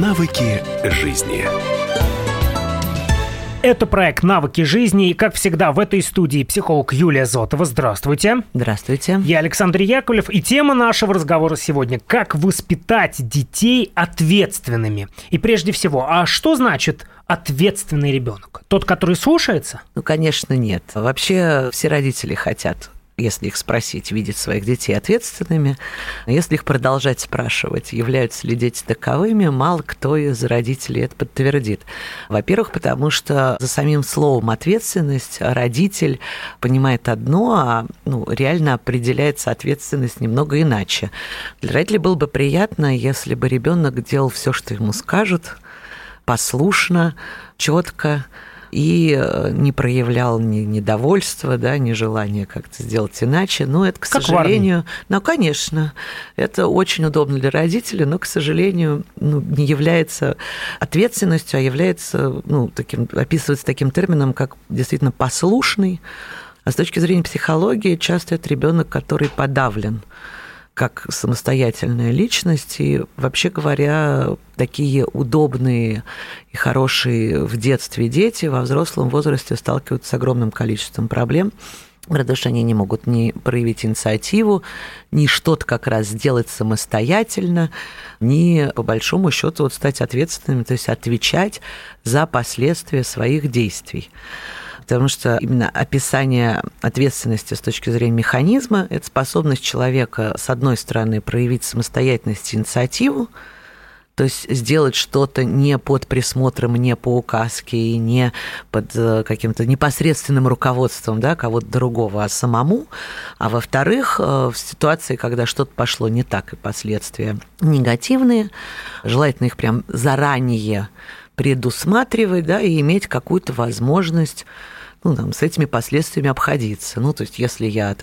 Навыки жизни. Это проект «Навыки жизни», и, как всегда, в этой студии психолог Юлия Зотова. Здравствуйте. Здравствуйте. Я Александр Яковлев, и тема нашего разговора сегодня – как воспитать детей ответственными. И прежде всего, а что значит ответственный ребенок? Тот, который слушается? Ну, конечно, нет. Вообще все родители хотят, если их спросить, видеть своих детей ответственными. Если их продолжать спрашивать, являются ли дети таковыми, мало кто из родителей это подтвердит. Во-первых, потому что за самим словом «ответственность» родитель понимает одно, а реально определяется ответственность немного иначе. Для родителей было бы приятно, если бы ребенок делал все, что ему скажут, послушно, четко, и не проявлял ни недовольства, ни желания как-то сделать иначе. Но это, к сожалению... конечно, это очень удобно для родителей, но, к сожалению, не является ответственностью, а является, описывается таким термином, как действительно послушный. А с точки зрения психологии, часто это ребенок, который подавлен как самостоятельная личность, и, вообще говоря, такие удобные и хорошие в детстве дети во взрослом возрасте сталкиваются с огромным количеством проблем, потому что они не могут ни проявить инициативу, ни что-то как раз сделать самостоятельно, ни, по большому счету, стать ответственными, то есть отвечать за последствия своих действий. Потому что именно описание ответственности с точки зрения механизма – это способность человека, с одной стороны, проявить самостоятельность и инициативу, то есть сделать что-то не под присмотром, не по указке и не под каким-то непосредственным руководством кого-то другого, а самому. А во-вторых, в ситуации, когда что-то пошло не так и последствия негативные, желательно их прям заранее предусматривать, и иметь какую-то возможность с этими последствиями обходиться. То есть, если я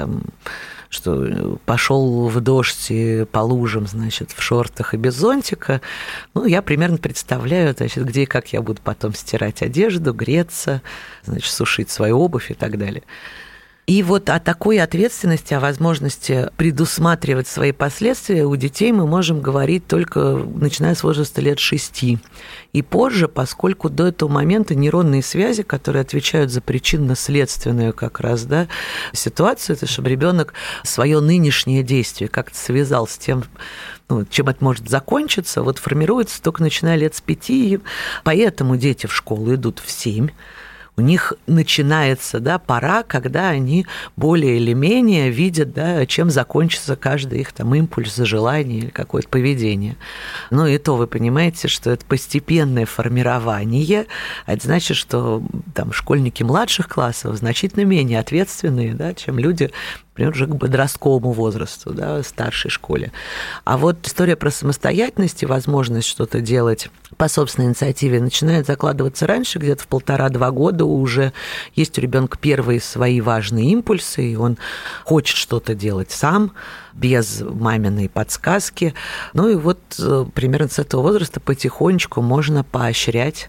пошел в дождь и по лужам, в шортах и без зонтика, я примерно представляю, где и как я буду потом стирать одежду, греться, сушить свою обувь и так далее. И о такой ответственности, о возможности предусматривать свои последствия у детей мы можем говорить только начиная с возраста лет 6 и позже, поскольку до этого момента нейронные связи, которые отвечают за причинно-следственную как раз ситуацию, это чтобы ребенок свое нынешнее действие как-то связал с тем, чем это может закончиться, формируется только начиная лет с 5, и поэтому дети в школу идут в 7. У них начинается пора, когда они более или менее видят, чем закончится каждый их импульс, желание или какое-то поведение. И то вы понимаете, что это постепенное формирование, а это значит, что школьники младших классов значительно менее ответственные, чем люди, например, уже к подростковому возрасту, старшей школе. А история про самостоятельность и возможность что-то делать по собственной инициативе начинает закладываться раньше, где-то в 1,5-2 года уже есть у ребенка первые свои важные импульсы, и он хочет что-то делать сам, без маминой подсказки. Примерно с этого возраста потихонечку можно поощрять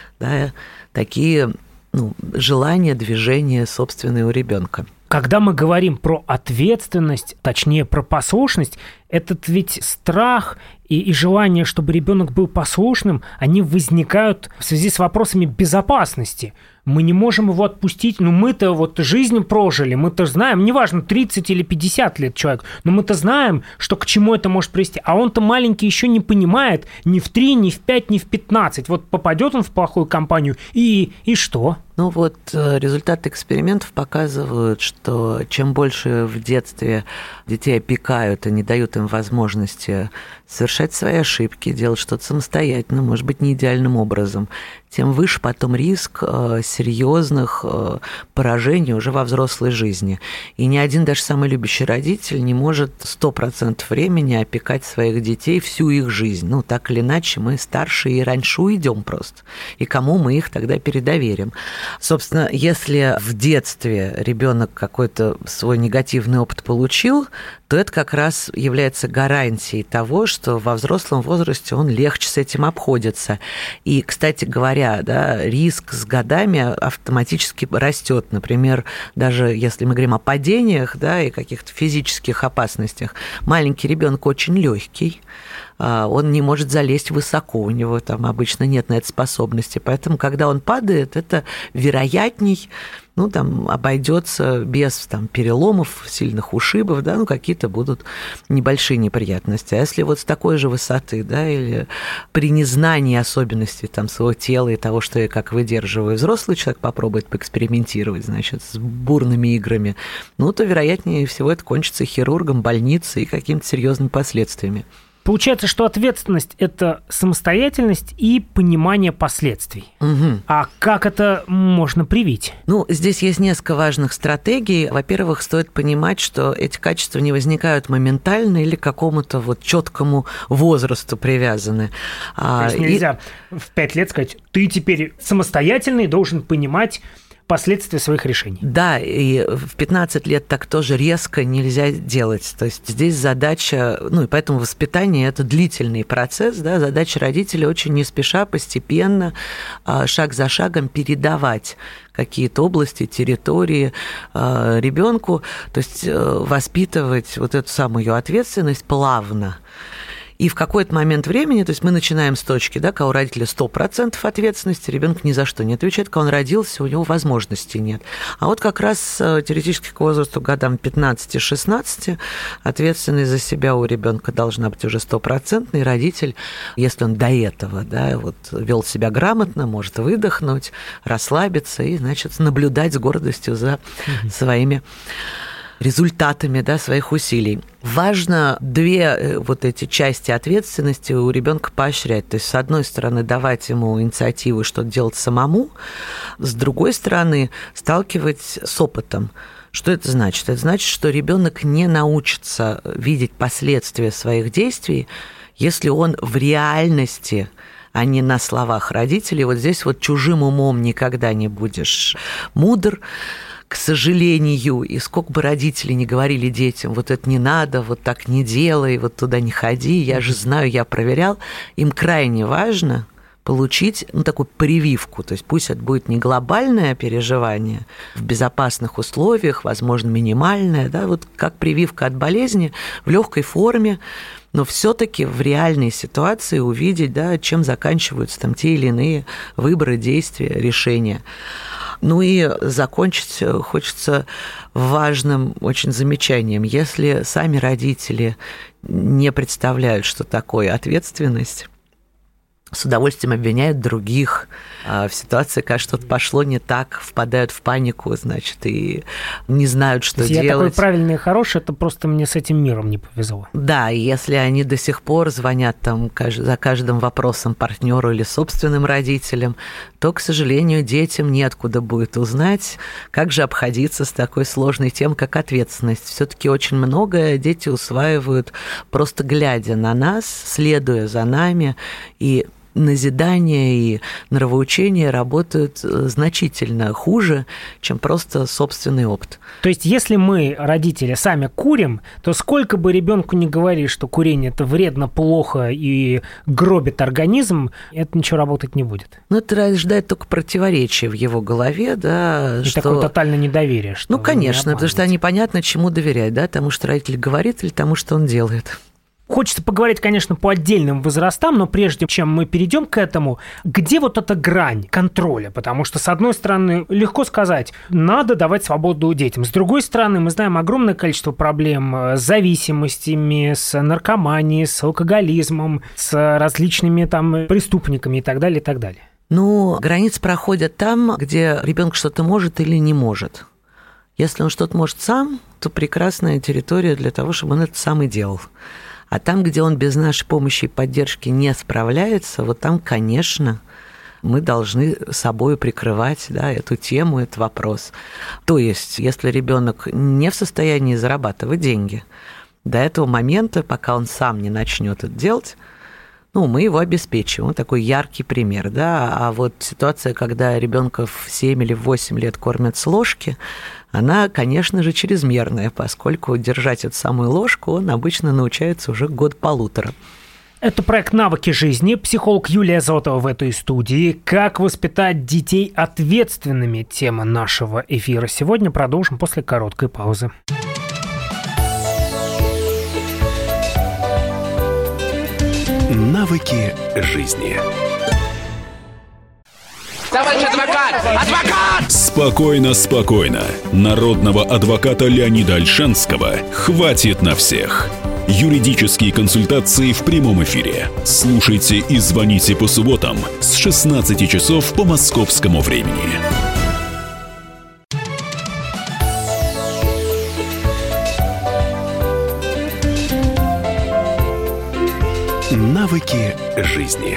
такие желания, движения собственные у ребенка. Когда мы говорим про ответственность, точнее про послушность, этот ведь страх и желание, чтобы ребенок был послушным, они возникают в связи с вопросами безопасности. Мы не можем его отпустить, мы-то жизнь прожили, мы-то знаем, неважно, 30 или 50 лет человек, но мы-то знаем, что к чему это может привести, а он-то маленький еще не понимает ни в 3, ни в 5, ни в 15. Попадет он в плохую компанию, и что? Результаты экспериментов показывают, что чем больше в детстве детей опекают и не дают им возможности совершать свои ошибки, делать что-то самостоятельно, может быть, не идеальным образом, тем выше потом риск серьезных поражений уже во взрослой жизни. И ни один даже самый любящий родитель не может 100% времени опекать своих детей всю их жизнь. Так или иначе, мы старше и раньше уйдем просто. И кому мы их тогда передоверим? Собственно, если в детстве ребенок какой-то свой негативный опыт получил, то это как раз является гарантией того, что во взрослом возрасте он легче с этим обходится. И, кстати говоря, риск с годами автоматически растет. Например, даже если мы говорим о падениях и каких-то физических опасностях, маленький ребенок очень легкий, он не может залезть высоко, у него там обычно нет на это способности. Поэтому, когда он падает, это вероятней, обойдется без переломов, сильных ушибов, какие-то будут небольшие неприятности. А если вот с такой же высоты, или при незнании особенностей своего тела и того, что я как выдерживаю, взрослый человек попробует поэкспериментировать, с бурными играми, то вероятнее всего это кончится хирургом, больницей и какими-то серьезными последствиями. Получается, что ответственность – это самостоятельность и понимание последствий. Угу. А как это можно привить? Здесь есть несколько важных стратегий. Во-первых, стоит понимать, что эти качества не возникают моментально или к какому-то четкому возрасту привязаны. То есть нельзя в 5 лет сказать, ты теперь самостоятельный, должен понимать последствия своих решений. Да, и в 15 лет так тоже резко нельзя делать. То есть здесь задача, и поэтому воспитание – это длительный процесс, задача родителей очень не спеша, постепенно, шаг за шагом передавать какие-то области, территории ребенку, то есть воспитывать эту самую ее ответственность плавно. И в какой-то момент времени, то есть мы начинаем с точки, когда у родителя 100% ответственности, ребенок ни за что не отвечает, когда он родился, у него возможностей нет. А как раз теоретически к возрасту годам 15-16 ответственность за себя у ребенка должна быть уже 100%, и родитель, если он до этого вел себя грамотно, может выдохнуть, расслабиться и, наблюдать с гордостью за своими результатами своих усилий. Важно две эти части ответственности у ребенка поощрять. То есть, с одной стороны, давать ему инициативу что-то делать самому, с другой стороны, сталкивать с опытом. Что это значит? Это значит, что ребенок не научится видеть последствия своих действий, если он в реальности, а не на словах родителей. Здесь чужим умом никогда не будешь мудр, к сожалению, и сколько бы родители не говорили детям, это не надо, так не делай, туда не ходи, я же знаю, я проверял, им крайне важно получить такую прививку, то есть пусть это будет не глобальное переживание в безопасных условиях, возможно, минимальное, как прививка от болезни в легкой форме, но все-таки в реальной ситуации увидеть, чем заканчиваются те или иные выборы, действия, решения. И закончить хочется важным очень замечанием. Если сами родители не представляют, что такое ответственность, с удовольствием обвиняют других. В ситуации, когда что-то пошло не так, впадают в панику, и не знают, что делать. Я такой правильный и хороший, это просто мне с этим миром не повезло. Да, и если они до сих пор звонят за каждым вопросом партнеру или собственным родителям, то, к сожалению, детям неоткуда будет узнать, как же обходиться с такой сложной темой, как ответственность. Все-таки очень многое дети усваивают, просто глядя на нас, следуя за нами, и назидание и нравоучение работают значительно хуже, чем просто собственный опыт. То есть, если мы, родители, сами курим, то сколько бы ребенку ни говорили, что курение это вредно, плохо и гробит организм, это ничего работать не будет. Это рождает только противоречие в его голове, и что... такое тотальное недоверие. Что конечно, потому что непонятно, чему доверять, тому, что родитель говорит, или тому, что он делает. Хочется поговорить, конечно, по отдельным возрастам, но прежде чем мы перейдем к этому, где эта грань контроля? Потому что, с одной стороны, легко сказать, надо давать свободу детям. С другой стороны, мы знаем огромное количество проблем с зависимостями, с наркоманией, с алкоголизмом, с различными преступниками и так далее, и так далее. Границы проходят там, где ребенок что-то может или не может. Если он что-то может сам, то прекрасная территория для того, чтобы он это сам и делал. А там, где он без нашей помощи и поддержки не справляется, там, конечно, мы должны собой прикрывать эту тему, этот вопрос. То есть, если ребенок не в состоянии зарабатывать деньги, до этого момента, пока он сам не начнет это делать, мы его обеспечиваем. Вот такой яркий пример. А ситуация, когда ребенка в 7 или 8 лет кормят с ложки, она, конечно же, чрезмерная, поскольку держать эту самую ложку он обычно научается уже год-полутора. Это проект «Навыки жизни». Психолог Юлия Зотова в этой студии. Как воспитать детей ответственными? Тема нашего эфира сегодня. Продолжим после короткой паузы. Навыки жизни. Товарищ адвокат! Адвокат! Спокойно, спокойно. Народного адвоката Леонида Ольшанского хватит на всех. Юридические консультации в прямом эфире. Слушайте и звоните по субботам с 16 часов по московскому времени. Навыки жизни.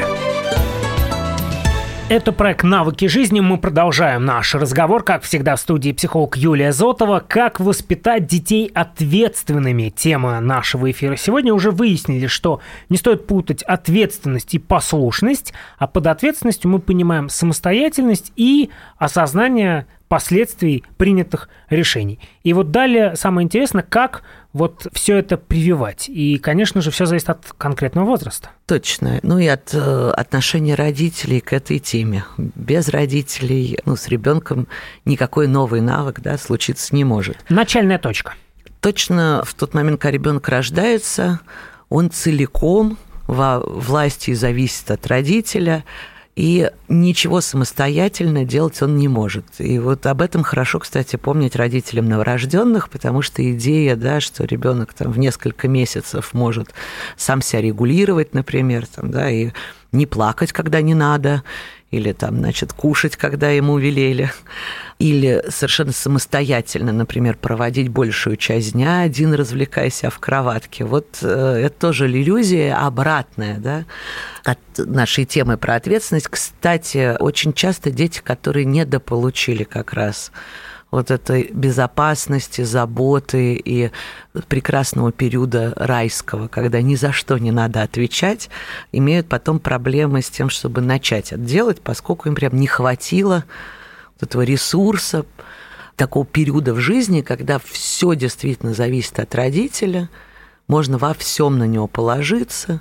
Это проект «Навыки жизни». Мы продолжаем наш разговор. Как всегда, в студии психолог Юлия Зотова. Как воспитать детей ответственными? Тема нашего эфира. Сегодня уже выяснили, что не стоит путать ответственность и послушность, а под ответственностью мы понимаем самостоятельность и осознание последствий принятых решений. И вот далее самое интересное, как вот все это прививать. И, конечно же, все зависит от конкретного возраста. Точно. Ну и от отношения родителей к этой теме. Без родителей, с ребенком никакой новый навык, случиться не может. Начальная точка. Точно в тот момент, когда ребенок рождается, он целиком во власти зависит от родителя, и ничего самостоятельно делать он не может. И вот об этом хорошо, кстати, помнить родителям новорожденных, потому что идея, что ребенок в несколько месяцев может сам себя регулировать, например, и не плакать, когда не надо, или кушать, когда ему велели, или совершенно самостоятельно, например, проводить большую часть дня один, развлекая себя в кроватке. Вот это тоже иллюзия обратная, от нашей темы про ответственность. Кстати, очень часто дети, которые недополучили как раз вот этой безопасности, заботы и прекрасного периода райского, когда ни за что не надо отвечать, имеют потом проблемы с тем, чтобы начать это делать, поскольку им прям не хватило вот этого ресурса, такого периода в жизни, когда все действительно зависит от родителя, можно во всем на него положиться,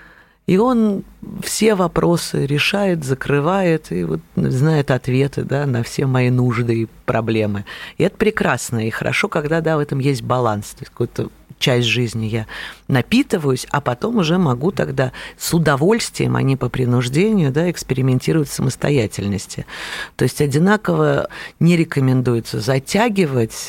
и он все вопросы решает, закрывает и знает ответы на все мои нужды и проблемы. И это прекрасно и хорошо, когда в этом есть баланс. То есть какую-то часть жизни я напитываюсь, а потом уже могу тогда с удовольствием, а не по принуждению, экспериментировать в самостоятельности. То есть одинаково не рекомендуется затягивать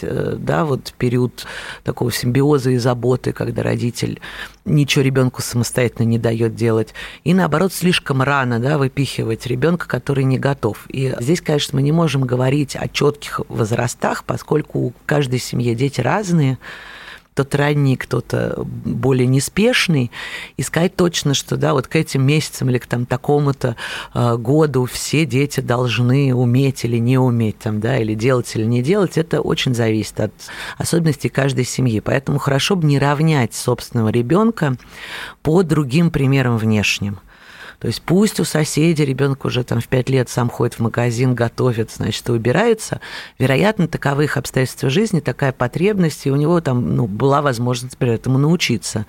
период такого симбиоза и заботы, когда родитель ничего ребенку самостоятельно не дает делать, и наоборот слишком рано выпихивать ребенка, который не готов. И здесь, конечно, мы не можем говорить о четких возрастах, поскольку у каждой семьи дети разные. Кто-то ранний, кто-то более неспешный, и сказать точно, что к этим месяцам или к такому-то году все дети должны уметь или не уметь, или делать или не делать, это очень зависит от особенностей каждой семьи. Поэтому хорошо бы не равнять собственного ребенка по другим примерам внешним. То есть пусть у соседей ребенок уже в 5 лет сам ходит в магазин, готовит, и убирается. Вероятно, таковы их обстоятельства жизни, такая потребность, и у него была возможность, например, этому научиться.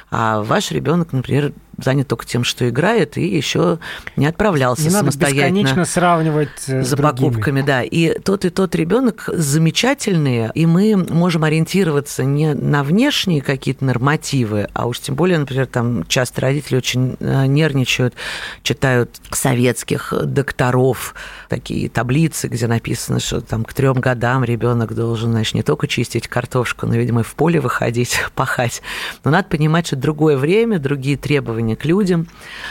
А ваш ребенок, например, занят только тем, что играет, и еще не отправлялся самостоятельно. Не надо бесконечно сравнивать за покупками, И тот ребенок замечательный, и мы можем ориентироваться не на внешние какие-то нормативы, а уж тем более, например, часто родители очень нервничают, читают советских докторов такие таблицы, где написано, что к 3 годам ребенок должен, не только чистить картошку, но, видимо, и в поле выходить, пахать. Но надо понимать, что другое время, другие требования к людям.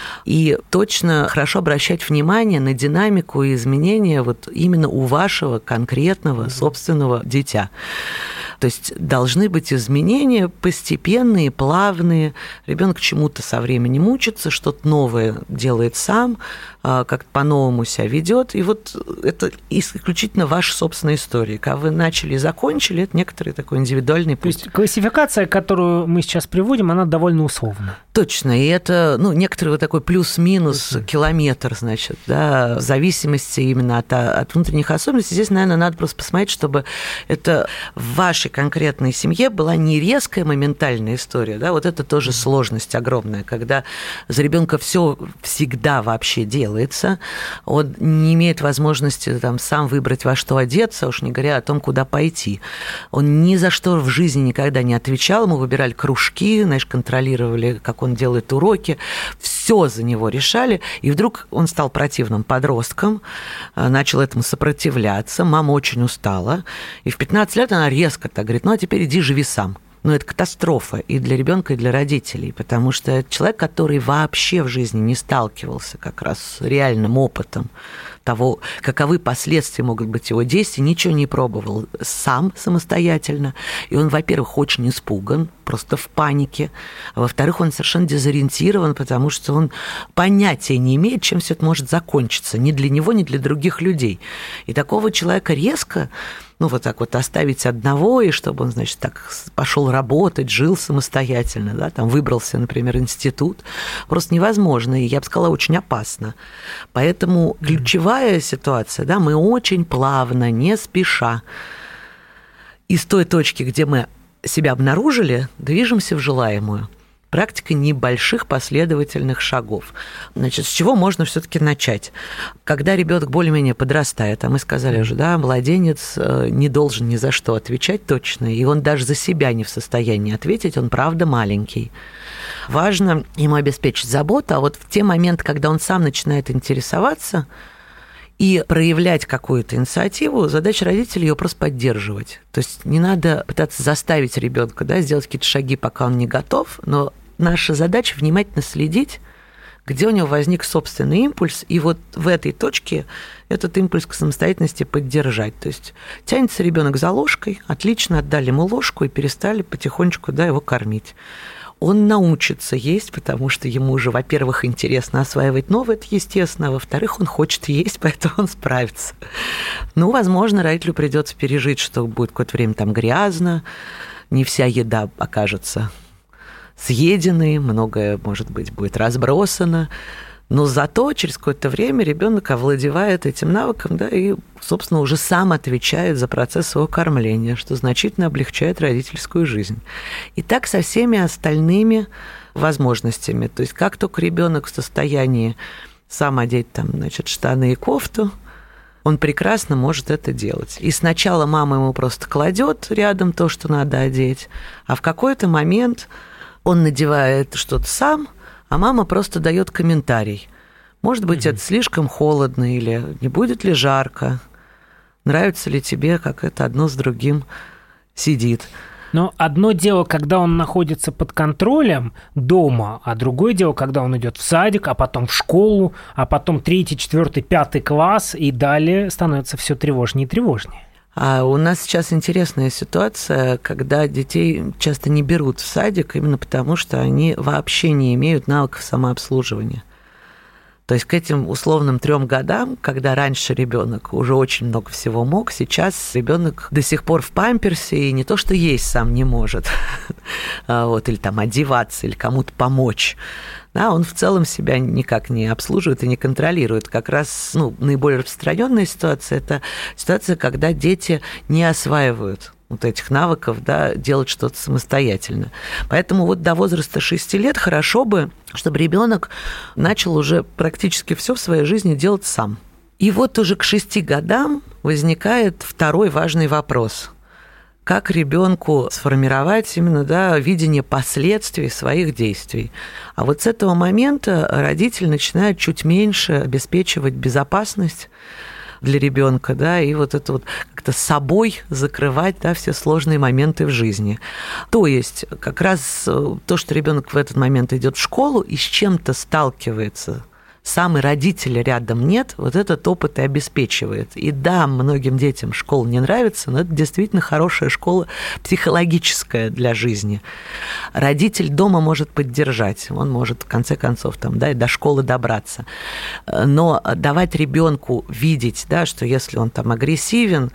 И точно хорошо обращать внимание на динамику и изменения именно у вашего конкретного собственного дитя. То есть должны быть изменения постепенные, плавные. Ребенок чему-то со временем учится, что-то новое делает сам, как-то по-новому себя ведет. И это исключительно ваша собственная история. Когда вы начали и закончили, это некоторый такой индивидуальный путь. То есть классификация, которую мы сейчас приводим, она довольно условна. Точно. И это некоторый такой плюс-минус километр, в зависимости именно от внутренних особенностей. Здесь, наверное, надо просто посмотреть, чтобы это в вашей нашей конкретной семье была не резкая моментальная история, да, вот это тоже сложность огромная, когда за ребенка все всегда вообще делается, он не имеет возможности там сам выбрать, во что одеться, уж не говоря о том, куда пойти. Он ни за что в жизни никогда не отвечал, мы выбирали кружки, знаешь, контролировали, как он делает уроки, все за него решали, и вдруг он стал противным подростком, начал этому сопротивляться, мама очень устала, и в 15 лет она резко так говорит: ну, а теперь иди живи сам. Но это катастрофа и для ребенка, и для родителей, потому что это человек, который вообще в жизни не сталкивался как раз с реальным опытом того, каковы последствия могут быть его действий, ничего не пробовал сам самостоятельно. И он, во-первых, очень испуган, просто в панике, а во-вторых, он совершенно дезориентирован, потому что он понятия не имеет, чем все это может закончиться, ни для него, ни для других людей. И такого человека резко, вот так вот оставить одного, и чтобы он, значит, так пошел работать, жил самостоятельно, да, там выбрался, например, институт, просто невозможно, и я бы сказала, очень опасно. Поэтому ключевая ситуация, да, мы очень плавно, не спеша, из той точки, где мы себя обнаружили, движемся в желаемую. Практика небольших последовательных шагов. Значит, с чего можно все-таки начать? Когда ребенок более-менее подрастает, а мы сказали уже, да, младенец не должен ни за что отвечать точно, и он даже за себя не в состоянии ответить, он правда маленький. Важно ему обеспечить заботу, а вот в те моменты, когда он сам начинает интересоваться и проявлять какую-то инициативу, задача родителей ее просто поддерживать. То есть не надо пытаться заставить ребенка, да, сделать какие-то шаги, пока он не готов, но наша задача внимательно следить, где у него возник собственный импульс, и вот в этой точке этот импульс к самостоятельности поддержать. То есть тянется ребенок за ложкой, отлично, отдали ему ложку и перестали потихонечку, да, его кормить. Он научится есть, потому что ему уже, во-первых, интересно осваивать новое, это естественно, а во-вторых, он хочет есть, поэтому он справится. Ну, возможно, родителю придется пережить, что будет какое-то время там грязно, не вся еда окажется съеденной, многое, может быть, будет разбросано, но зато через какое-то время ребенок овладевает этим навыком, да, и, собственно, уже сам отвечает за процесс своего кормления, что значительно облегчает родительскую жизнь. И так со всеми остальными возможностями. То есть как только ребенок в состоянии сам одеть там, значит, штаны и кофту, он прекрасно может это делать. И сначала мама ему просто кладет рядом то, что надо одеть, а в какой-то момент он надевает что-то сам, а мама просто дает комментарий. Может быть, это слишком холодно, или не будет ли жарко, нравится ли тебе, как это одно с другим сидит. Но одно дело, когда он находится под контролем дома, а другое дело, когда он идет в садик, а потом в школу, а потом 3, 4, 5 класс, и далее становится все тревожнее и тревожнее. А у нас сейчас интересная ситуация, когда детей часто не берут в садик именно потому, что они вообще не имеют навыков самообслуживания. То есть к этим условным 3 годам, когда раньше ребенок уже очень много всего мог, сейчас ребенок до сих пор в памперсе и не то, что есть сам не может, или там одеваться, или кому-то помочь. Да, он в целом себя никак не обслуживает и не контролирует. Как раз наиболее распространенная ситуация – это ситуация, когда дети не осваивают вот этих навыков, да, делать что-то самостоятельно. Поэтому вот до возраста 6 лет хорошо бы, чтобы ребенок начал уже практически все в своей жизни делать сам. И вот уже к 6 годам возникает второй важный вопрос. Как ребенку сформировать именно, да, видение последствий своих действий. А вот с этого момента родитель начинает чуть меньше обеспечивать безопасность для ребенка, да, и вот это вот как-то с собой закрывать, да, все сложные моменты в жизни. То есть как раз то, что ребенок в этот момент идет в школу и с чем-то сталкивается, сам и родителя рядом нет, вот этот опыт и обеспечивает. И да, многим детям школа не нравится, но это действительно хорошая школа психологическая для жизни. Родитель дома может поддержать, он может в конце концов там, да, и до школы добраться. Но давать ребенку видеть, да, что если он там агрессивен,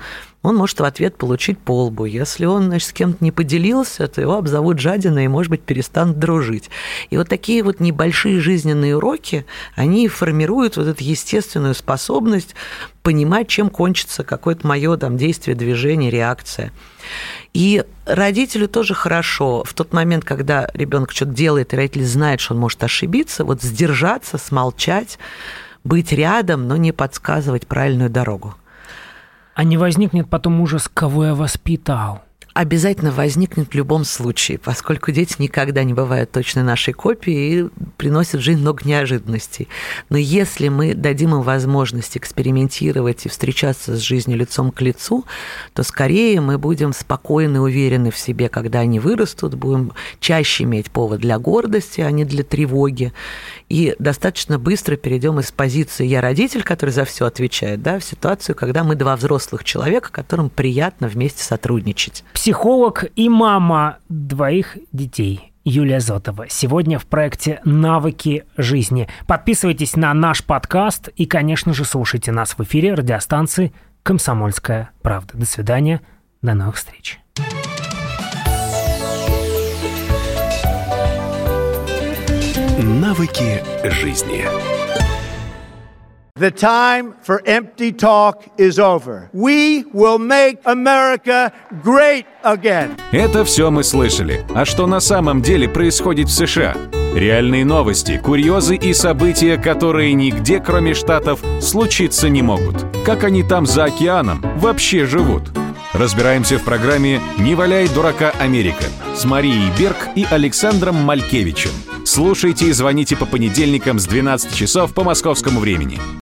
он может в ответ получить по лбу. Если он, значит, с кем-то не поделился, то его обзовут жадиной и, может быть, перестанут дружить. И вот такие вот небольшие жизненные уроки, они формируют вот эту естественную способность понимать, чем кончится какое-то мое там действие, движение, реакция. И родителю тоже хорошо в тот момент, когда ребенок что-то делает, и родитель знает, что он может ошибиться, вот сдержаться, смолчать, быть рядом, но не подсказывать правильную дорогу. А не возникнет потом ужас, кого я воспитал? Обязательно возникнет в любом случае, поскольку дети никогда не бывают точной нашей копией и приносят в жизнь много неожиданностей. Но если мы дадим им возможность экспериментировать и встречаться с жизнью лицом к лицу, то скорее мы будем спокойны и уверены в себе, когда они вырастут, будем чаще иметь повод для гордости, а не для тревоги. И достаточно быстро перейдем из позиции «я родитель», который за все отвечает, да, в ситуацию, когда мы два взрослых человека, которым приятно вместе сотрудничать. Психолог и мама двоих детей Юлия Зотова. Сегодня в проекте «Навыки жизни». Подписывайтесь на наш подкаст и, конечно же, слушайте нас в эфире радиостанции «Комсомольская правда». До свидания, до новых встреч. Навыки жизни. The time for empty talk is over. We will make America great again. Это все мы слышали. А что на самом деле происходит в США? Реальные новости, курьезы и события, которые нигде, кроме Штатов, случиться не могут. Как они там за океаном вообще живут? Разбираемся в программе «Не валяй дурака, Америка» с Марией Берг и Александром Малькевичем. Слушайте и звоните по понедельникам с 12 часов по московскому времени.